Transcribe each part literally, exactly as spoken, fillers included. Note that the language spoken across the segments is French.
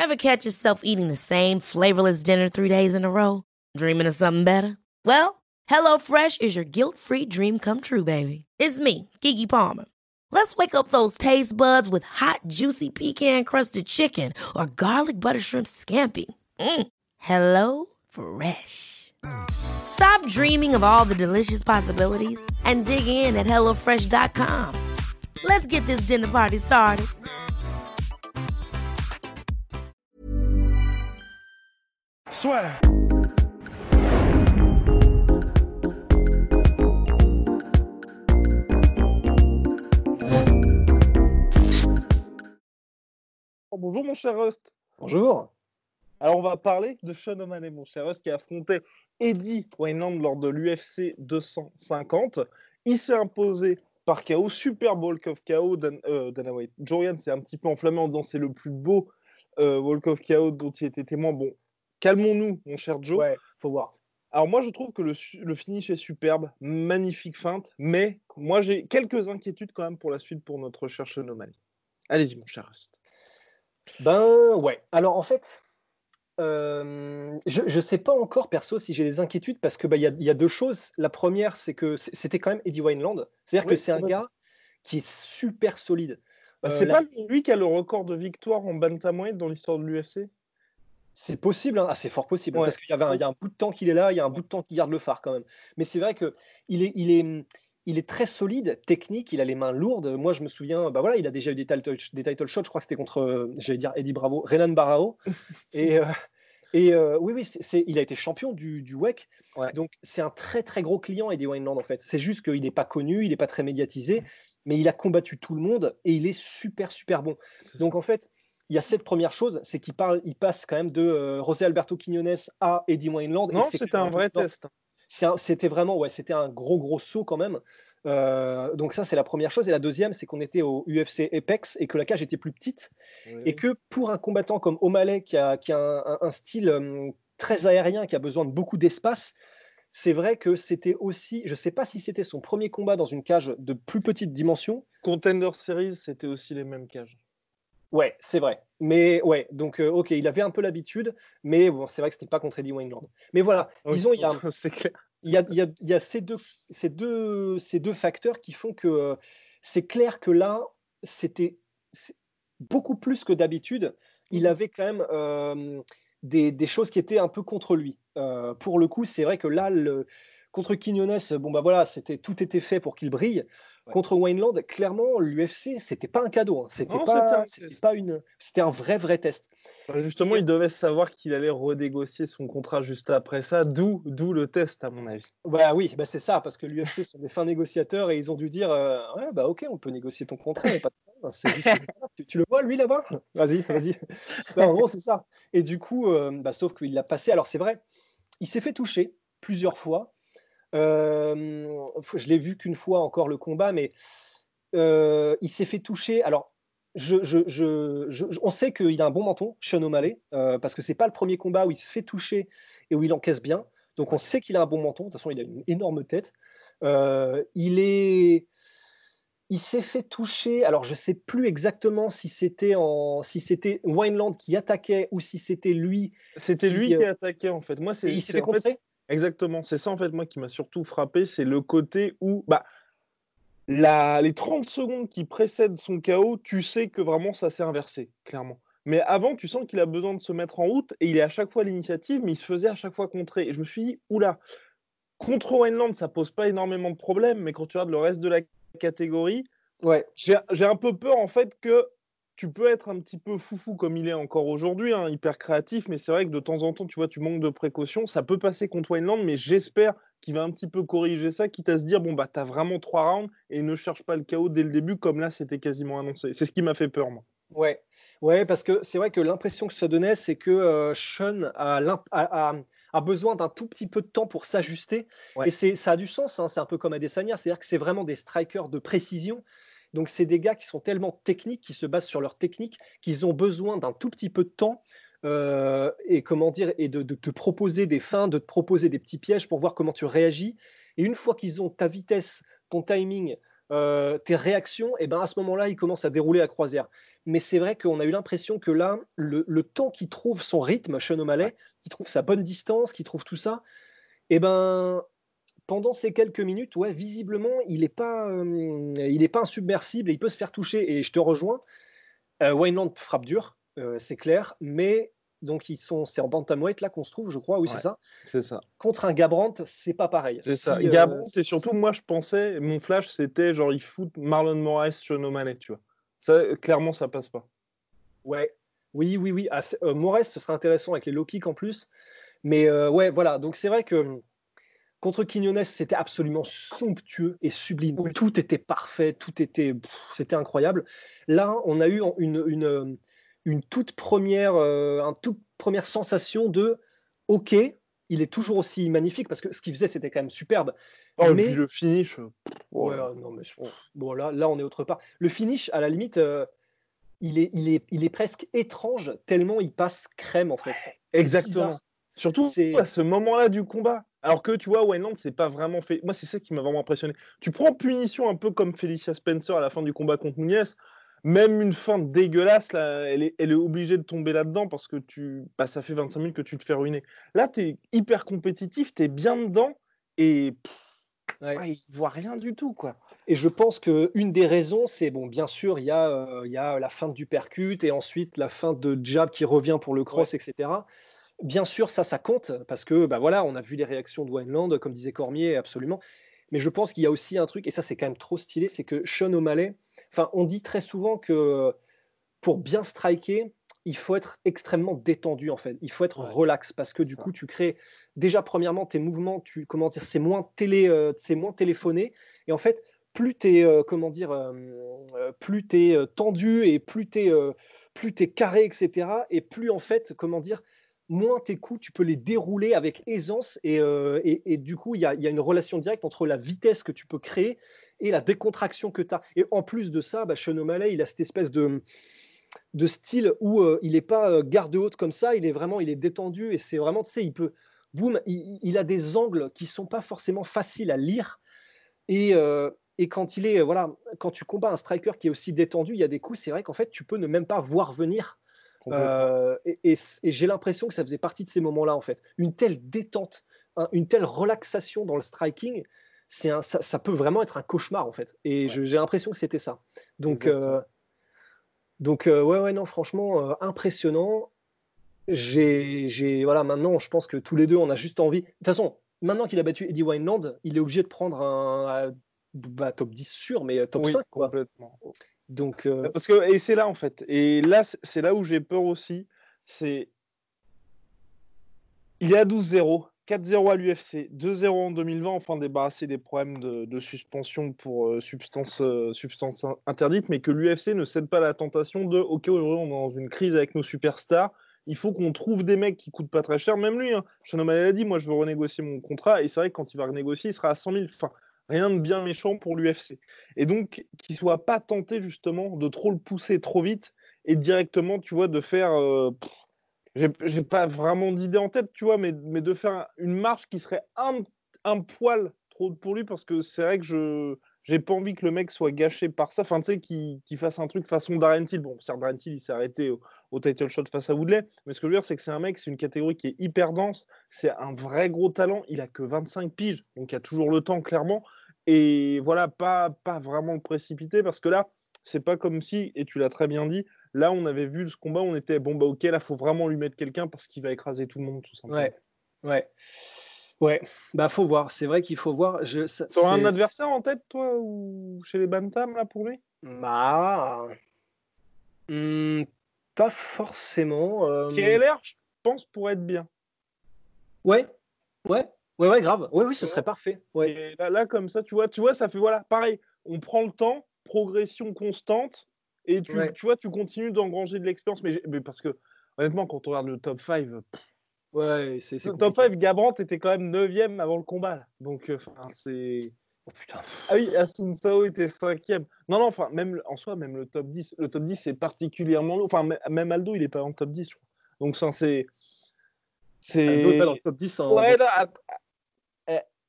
Ever catch yourself eating the same flavorless dinner three days in a row? Dreaming of something better? Well, HelloFresh is your guilt-free dream come true, baby. It's me, Keke Palmer. Let's wake up those taste buds with hot, juicy pecan-crusted chicken or garlic butter shrimp scampi. Mm. Hello Fresh. Stop dreaming of all the delicious possibilities and dig in at hello fresh dot com. Let's get this dinner party started. Swear. Oh, bonjour mon cher Rust. Bonjour. Alors on va parler de Sean O'Malley, mon cher Rust, qui affrontait Eddie Wineland lors de l'U F C deux cent cinquante. Il s'est imposé par K O, super walk of K O. Dan, euh, Dana White. Jorian s'est un petit peu enflammé en disant c'est le plus beau euh, walk of K O dont il était témoin. Bon, calmons-nous, mon cher Joe. Ouais, faut voir. Alors moi, je trouve que le, le finish est superbe, magnifique feinte, mais moi, j'ai quelques inquiétudes quand même pour la suite pour notre cher Sean O'Malley. Allez-y, mon cher Rust. Ben ouais. Alors en fait, euh, je ne sais pas encore perso si j'ai des inquiétudes parce que bah, y a, y a deux choses. La première, c'est que c'était quand même Eddie Wineland. C'est-à-dire Oui, que c'est un gars qui est super solide. Bah, Euh, c'est la- pas lui qui a le record de victoire en bantamweight dans l'histoire de l'U F C? C'est possible, hein. Ah, c'est fort possible, Ouais. parce qu'il y avait un, il y a un bout de temps qu'il est là, il y a un bout de temps qu'il garde le phare quand même. Mais c'est vrai que il est, il est, il est très solide, technique, il a les mains lourdes. Moi, je me souviens, bah voilà, il a déjà eu des title, des title shots. Je crois que c'était contre, euh, j'allais dire Eddie Bravo, Renan Barao. et euh, et euh, oui, oui, c'est, c'est- il a été champion du, du W E C. Ouais. Donc c'est un très très gros client, Eddie Wineland en fait. C'est juste qu'il n'est pas connu, il n'est pas très médiatisé, mais il a combattu tout le monde et il est super super bon. Donc en fait, il y a cette première chose, c'est qu'il parle, il passe quand même de euh, José Alberto Quiñones à Eddie Wineland. et Non, c'est c'était un vrai non, test. c'est un- C'était vraiment, ouais, c'était un gros gros saut quand même. Euh, donc ça c'est la première chose. Et la deuxième, c'est qu'on était au U F C Apex et que la cage était plus petite et que pour un combattant comme O'Malley qui a, qui a un, un- un style euh, très aérien, qui a besoin de beaucoup d'espace, c'est vrai que c'était aussi, je ne sais pas si c'était son premier combat dans une cage de plus petite dimension. Contender Series, c'était aussi les mêmes cages. Ouais, c'est vrai. Mais ouais, donc euh, ok, il avait un peu l'habitude, mais bon, c'est vrai que c'était pas contre Eddie Wineland. Mais voilà, Oui, disons, il y a, c'est clair. il y a, il y a- il y a ces deux, ces deux, ces deux facteurs qui font que euh, c'est clair que là, c'était c'est beaucoup plus que d'habitude. Il Mhm. avait quand même euh, des, des choses qui étaient un peu contre lui. Euh, pour le coup, c'est vrai que là, le, contre Quiñones, bon bah voilà, c'était tout était fait pour qu'il brille. Ouais. Contre Wineland, clairement, l'U F C, c'était pas un cadeau, hein. C'était Non, pas, c'était un c'était test. pas une, c'était un vrai vrai test. Bah, Justement, Et- il devait savoir qu'il allait renégocier son contrat juste après ça, d'où, d'où le test, à mon avis. Bah oui, bah c'est ça, parce que l'U F C sont des fins négociateurs et ils ont dû dire euh, ouais, bah ok, on peut négocier ton contrat, mais pas de problème, c'est juste une étape. tu, tu le vois lui là-bas? Vas-y, vas-y. Bah, en gros, c'est ça. Et du coup, euh, bah, sauf qu'il l'a passé. Alors c'est vrai, il s'est fait toucher plusieurs fois. Euh, je l'ai vu qu'une fois encore le combat, mais euh, il s'est fait toucher. Alors, je, je, je, je- on sait qu'il a un bon menton, Sean O'Malley, euh, parce que c'est pas le premier combat où il se fait toucher et où il encaisse bien. Donc, on sait qu'il a un bon menton. De toute façon, il a une énorme tête. Euh, il est, il s'est fait toucher. Alors, je sais plus exactement si c'était en, si c'était Wineland qui attaquait ou si c'était lui. C'était Qui, lui euh, qui a attaqué, en fait. Moi, et c'est, il s'est c'est fait en fait, contrer. exactement, c'est ça, en fait, moi, qui m'a surtout frappé, c'est le côté où, bah, la, les trente secondes qui précèdent son K O, tu sais que vraiment ça s'est inversé, clairement. Mais avant, tu sens qu'il a besoin de se mettre en route et il est à chaque fois à l'initiative, mais il se faisait à chaque fois contrer. Et je me suis dit, oula, contre Wineland, ça pose pas énormément de problèmes, mais quand tu regardes le reste de la catégorie, Ouais. j'ai j'ai un peu peur en fait que tu peux être un petit peu foufou comme il est encore aujourd'hui, hein, hyper créatif, mais c'est vrai que de temps en temps, tu vois, tu manques de précaution. Ça peut passer contre Wineland, mais j'espère qu'il va un petit peu corriger ça, quitte à se dire, bon, bah, t'as vraiment trois rounds et ne cherche pas le K O dès le début, comme là, c'était quasiment annoncé. C'est ce qui m'a fait peur, moi. Ouais, ouais, parce que c'est vrai que l'impression que ça donnait, c'est que euh, Sean a, l'imp- a- a- a besoin d'un tout petit peu de temps pour s'ajuster. Ouais. Et c'est, ça a du sens, hein, c'est un peu comme Adesanya, c'est-à-dire que c'est vraiment des strikers de précision. Donc, c'est des gars qui sont tellement techniques, qui se basent sur leur technique, qu'ils ont besoin d'un tout petit peu de temps euh, et comment dire, et de, de te proposer des feintes, de te proposer des petits pièges pour voir comment tu réagis. Et une fois qu'ils ont ta vitesse, ton timing, euh, tes réactions, et ben à ce moment-là, il commence à dérouler la croisière. Mais c'est vrai qu'on a eu l'impression que là, le, le temps qu'il trouve son rythme, Sean O'Malley, Ouais. qu'il trouve sa bonne distance, qu'il trouve tout ça, et ben pendant ces quelques minutes, ouais, visiblement, il n'est pas, euh, il est pas insubmersible et il peut se faire toucher. Et je te rejoins. Euh, Wineland frappe dur, euh, c'est clair, mais donc ils sont, c'est en bantamweight là qu'on se trouve, je crois, oui, c'est Ouais, ça. c'est ça. Contre un Garbrandt, c'est pas pareil. C'est ça. Si, euh, Garbrandt, et si- surtout, moi, je pensais, mon flash, c'était genre, il fout Marlon Moraes, Sean O'Malley, tu vois. Ça, euh, clairement, ça passe pas. ouais, oui, oui, oui. Ah, c'est- euh, Moraes, ce serait intéressant avec les low kicks en plus. Mais euh, ouais, voilà. Donc c'est vrai que contre Quinones, c'était absolument somptueux et sublime. Oui. Tout était parfait, tout était, pff, c'était incroyable. Là, on a eu une, une, une toute première, euh, un toute première sensation de, ok, il est toujours aussi magnifique parce que ce qu'il faisait, c'était quand même superbe. Oh, et puis Mais le finish. euh, pff, oh ouais, là là. euh, non, mais pff, bon là, là, on est autre part. Le finish, à la limite, euh, il est, il est, il est presque étrange tellement il passe crème en fait. C'est Exactement. bizarre. Surtout C'est à ce moment-là du combat. Alors que tu vois, Wineland, c'est pas vraiment fait. Moi, c'est ça qui m'a vraiment impressionné. Tu prends punition un peu comme Felicia Spencer à la fin du combat contre Nunez. Même une fin dégueulasse, là, elle, est, elle est obligée de tomber là-dedans parce que tu, bah, ça fait vingt-cinq minutes que tu te fais ruiner. Là, tu es hyper compétitif, tu es bien dedans et pff, ouais. ouais, il voit rien du tout, quoi. Et je pense qu'une des raisons, c'est, bon, bien sûr, il y, a, euh, il y a la fin du percute et ensuite la fin de jab qui revient pour le cross, Ouais. et cetera. Bien sûr, ça, ça compte parce que, bah voilà, on a vu les réactions de Wineland, comme disait Cormier, absolument. Mais je pense qu'il y a aussi un truc, et ça, c'est quand même trop stylé, c'est que Sean O'Malley, enfin, on dit très souvent que pour bien striker, il faut être extrêmement détendu en fait. Il faut être Ouais, relax parce que du ça. coup, tu crées déjà premièrement tes mouvements, tu comment dire, c'est moins télé, euh, c'est moins téléphoné et en fait, plus tu es euh, comment dire, euh, euh, plus tu es tendu et plus tu es euh, plus tu es carré, et cetera. Et plus en fait, comment dire, moins tes coups, tu peux les dérouler avec aisance et, euh, et, et du coup, il y a, y a une relation directe entre la vitesse que tu peux créer et la décontraction que tu as. Et en plus de ça, bah, Sean O'Malley, il a cette espèce de de style où euh, il n'est pas euh, garde haute comme ça, il est vraiment, il est détendu et c'est vraiment, tu sais, il peut, boum, il, il a des angles qui sont pas forcément faciles à lire et, euh, et quand il est, voilà, quand tu combats un striker qui est aussi détendu, il y a des coups, c'est vrai qu'en fait, tu peux ne même pas voir venir. Complètement. Euh, et, et, et j'ai l'impression que ça faisait partie de ces moments-là, en fait. Une telle détente, hein, une telle relaxation dans le striking, c'est un, ça, ça peut vraiment être un cauchemar, en fait. Et Ouais, je- j'ai l'impression que c'était ça. Donc, euh, exactement. donc euh, ouais, ouais, non, franchement, euh, impressionnant. J'ai, j'ai, voilà, maintenant, je pense que tous les deux, on a juste envie. De toute façon, maintenant qu'il a battu Eddie Wineland, il est obligé de prendre un, un- bah, top dix sûr, mais euh, top Oui, cinq, quoi. complètement. Donc, euh, Parce que, et c'est là, en fait. Et là, c'est c'est là où j'ai peur aussi. C'est. Il est à douze zéro, quatre zéro à l'U F C, deux zéro en deux mille vingt, enfin débarrassé des problèmes de, de suspension pour euh, substance, euh, substance in- interdite, mais que l'U F C ne cède pas à la tentation de ok, aujourd'hui on est dans une crise avec nos superstars, il faut qu'on trouve des mecs qui coûtent pas très cher, même lui, hein. Sean O'Malley l'a dit, moi je veux renégocier mon contrat, et c'est vrai que quand il va renégocier, il sera à cent mille, enfin rien de bien méchant pour l'U F C. Et donc qu'il soit pas tenté justement de trop le pousser trop vite, et directement, tu vois, de faire. Euh, pff, j'ai j'ai pas vraiment d'idée en tête, tu vois, mais, mais de faire un- une marche qui serait un, un poil trop pour lui, parce que c'est vrai que je j'ai pas envie que le mec soit gâché par ça. Enfin, tu sais, qu'il qu'il fasse un truc façon Darren Till. Bon, certes, Darren Till, il s'est arrêté au, au title shot face à Woodley, mais ce que je veux dire, c'est que c'est un mec, c'est une catégorie qui est hyper dense, c'est un vrai gros talent, il a que vingt-cinq piges, donc il a toujours le temps, clairement, et voilà, pas, pas vraiment le précipiter, parce que là, c'est pas comme si, et tu l'as très bien dit, là, on avait vu ce combat, on était bon, bah ok, là, faut vraiment lui mettre quelqu'un parce qu'il va écraser tout le monde, tout simplement. ouais, ouais, ouais. Bah, faut voir. C'est vrai qu'il faut voir. Je, ça- Tu aurais un c'est, adversaire en tête, toi, ou chez les Bantam, là, pour lui? bah, hmm, pas forcément. Qui euh, a l'air, je pense, pour être bien. Ouais, ouais, ouais, ouais, grave. Ouais, oui, Tu ce serait vois. parfait. Ouais, Et là, là, comme ça, tu vois, tu vois, ça fait, voilà, pareil, on prend le temps, progression constante, et tu, ouais, tu vois, tu continues d'engranger de l'expérience, mais, mais parce que, honnêtement, quand on regarde le top cinq, ouais. C'est, c'est le top compliqué. cinq, Gabrandt était quand même neuvième avant le combat, là. Donc, euh, enfin, c'est... Oh putain. Ah oui, Asun Sao était cinquième. Non, non, enfin, même en soi, même le top dix, le top dix, c'est particulièrement lourd. Enfin, m- même Aldo, il est pas en top dix, je crois. Donc, ça, c'est. Aldo est pas dans le C'est. top dix en Ouais, bon. là, att- eh,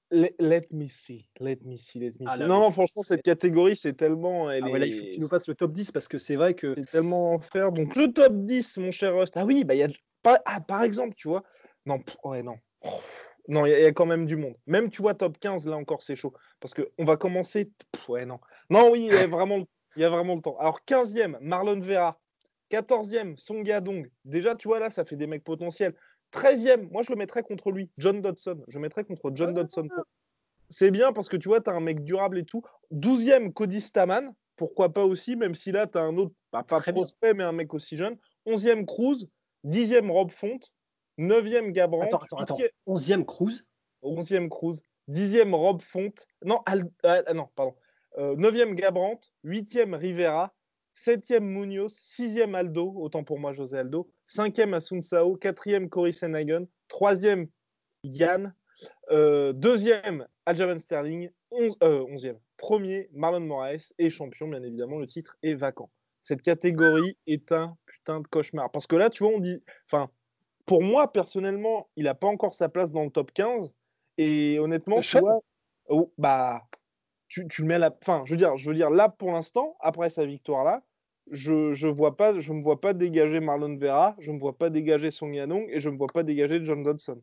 let, let me see, let me see, let me Ah see. là, Non, mais non, c'est- franchement, c'est- cette catégorie, c'est tellement. Elle Ah ouais, là, il faut que tu nous est... fasses le top dix parce que c'est vrai que. C'est tellement enfer. Donc, le top dix, mon cher Rust. Ah oui, bah, il y a. Pas... Ah, par exemple, tu vois. Non, pff, ouais, non. Oh, non, il y, a- il y a quand même du monde. Même, tu vois, top quinze, là encore, c'est chaud. Parce qu'on va commencer. Pff, ouais, non. Non, oui, il y a vraiment, il y a vraiment le temps. Alors, quinzième, Marlon Vera. quatorzième, Song Yadong. Déjà, tu vois, là, ça fait des mecs potentiels. treizième, moi, je le mettrais contre lui. John Dodson. Je mettrais contre John Dodson. C'est bien parce que tu vois, tu as un mec durable et tout. douzième, Cody Stamann. Pourquoi pas aussi, même si là, tu as un autre, bah, pas Très bien. prospect, mais un mec aussi jeune. onzième, Cruz. dixième, Rob Font. neuvième, Gabran. Attends, attends, attends. onzième, Cruz. onzième, Cruz. dixième, Rob Font. Non, Al... ah, non pardon. Euh, neuvième, Gabrant. huitième, Rivera. septième, Munoz. sixième, Aldo. Autant pour moi, José Aldo. cinquième, Asuncao. quatrième, Cory Senhagen. troisième, Yann. Euh, deuxième, Aljamain Sterling. onze, euh, onzième, premier, Marlon Moraes. Et champion, bien évidemment, le titre est vacant. Cette catégorie est un putain de cauchemar. Parce que là, tu vois, on dit. Enfin, pour moi, personnellement, il n'a pas encore sa place dans le top quinze. Et honnêtement, tu vois, oh, bah, tu, tu le mets à la. Enfin, je veux dire, je veux dire, là, pour l'instant, après sa victoire-là, je je vois pas, je me vois pas dégager Marlon Vera, je me vois pas dégager Song Yadong et je me vois pas dégager John Dodson.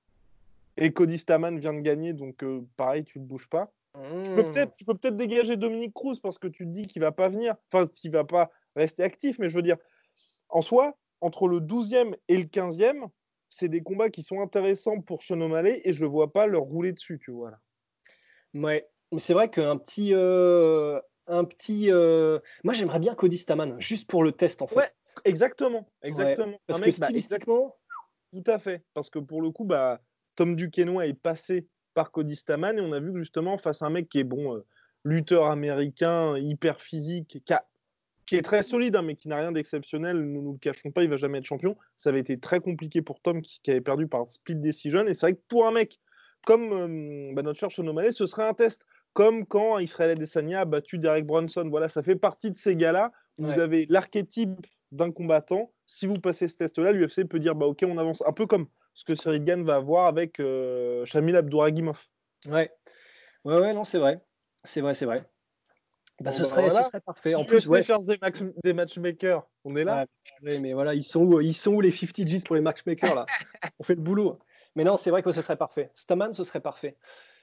Et Cody Stamann vient de gagner, donc euh, pareil, tu ne bouges pas. Mmh. Tu peux peut-être, tu peux peut-être dégager Dominique Cruz parce que tu te dis qu'il va pas venir, enfin qu'il va pas rester actif, mais je veux dire, en soi, entre le douzième et le quinzième, c'est des combats qui sont intéressants pour Sean O'Malley et je ne vois pas leur rouler dessus, tu vois. Là. Ouais, mais c'est vrai qu'un petit, euh, un petit, euh... moi j'aimerais bien Cody Stamann, juste pour le test en fait. Ouais, exactement, exactement. Ouais, parce Un que mec, bah, stylistiquement, exact- tout à fait, parce que pour le coup, bah, Tom Duquesnoy est passé par Cody Stamann et on a vu que justement face à un mec qui est bon, euh, lutteur américain, hyper physique, qui, a- qui est très solide, hein, mais qui n'a rien d'exceptionnel, nous ne nous le cachons pas, il va jamais être champion. Ça avait été très compliqué pour Tom qui, qui avait perdu par split decision et c'est vrai que pour un mec comme euh, bah, notre cher Sean O'Malley, ce serait un test. Comme quand Israel Adesanya a battu Derek Brunson. Voilà, ça fait partie de ces gars-là. Vous ouais. avez l'archétype d'un combattant. Si vous passez ce test-là, l'U F C peut dire bah ok, on avance. Un peu comme ce que Cyril Gane va avoir avec euh, Shamil Abdouragimov. Ouais, ouais, ouais, non, c'est vrai, c'est vrai, c'est vrai. Bah, Bon, ce, bah, serait, voilà. ce serait parfait. En L'U F C plus, ouais. cherche des, match- des matchmakers. On est là. Ouais, mais voilà, ils sont où, ils sont où les cinquante G's pour les matchmakers là? On fait le boulot. Mais non, c'est vrai que ce serait parfait. Stamann, ce serait parfait.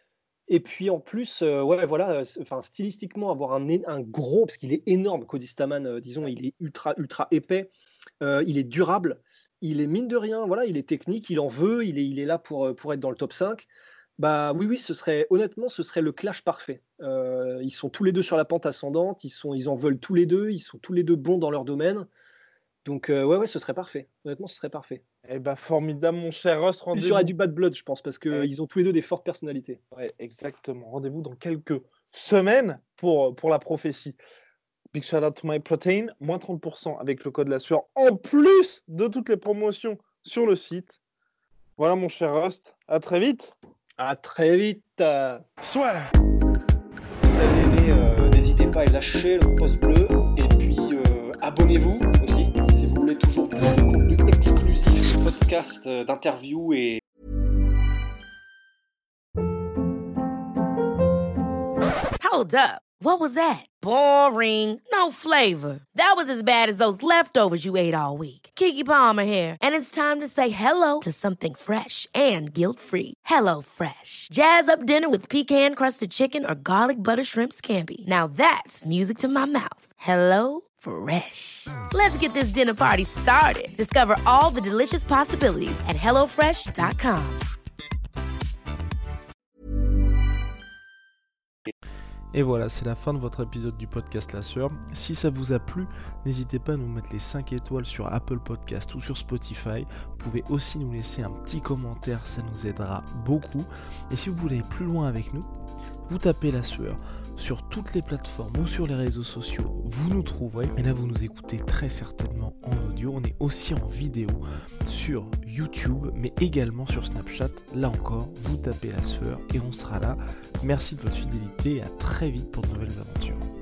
Et puis en plus, euh, ouais, voilà, enfin stylistiquement avoir un, un gros, parce qu'il est énorme, Cody Stamann, euh, disons, il est ultra, ultra épais, euh, il est durable, il est mine de rien, voilà, il est technique, il en veut, il est, il est là pour, pour être dans le top cinq. Bah oui, oui, ce serait, honnêtement, ce serait le clash parfait. Euh, ils sont tous les deux sur la pente ascendante, ils, sont, ils en veulent tous les deux, ils sont tous les deux bons dans leur domaine. Donc euh, ouais, ouais, ce serait parfait. Honnêtement, ce serait parfait. Eh ben formidable, mon cher Ross. Plus Rendez-vous. il y aurait du bad blood, je pense, parce qu'ils Ouais. ont tous les deux des fortes personnalités. Ouais, exactement. Rendez-vous dans quelques semaines pour, pour la prophétie. Big shout out to My Protein, moins trente pour cent avec le code la sueur, en plus de toutes les promotions sur le site. Voilà mon cher Rust, à très vite. À très vite. euh. Soit. Vous avez aimé, euh, n'hésitez pas à lâcher le pouce bleu et puis euh, abonnez-vous aussi si vous voulez toujours plus de contenu exclusif, de podcasts, euh, d'interviews et Hold up. What was that? Boring. No flavor. That was as bad as those leftovers you ate all week. Keke Palmer here, and it's time to say hello to something fresh and guilt-free. Hello Fresh. Jazz up dinner with pecan-crusted chicken or garlic butter shrimp scampi. Now that's music to my mouth. Hello Fresh. Let's get this dinner party started. Discover all the delicious possibilities at hello fresh dot com. Et voilà, c'est la fin de votre épisode du podcast La Sueur. Si ça vous a plu, n'hésitez pas à nous mettre les cinq étoiles sur Apple Podcast ou sur Spotify. Vous pouvez aussi nous laisser un petit commentaire, ça nous aidera beaucoup. Et si vous voulez aller plus loin avec nous, vous tapez La Sueur sur toutes les plateformes ou sur les réseaux sociaux, vous nous trouverez. Et là, vous nous écoutez très certainement en audio. On est aussi en vidéo sur YouTube, mais également sur Snapchat. Là encore, vous tapez La Sueur et on sera là. Merci de votre fidélité et à très vite pour de nouvelles aventures.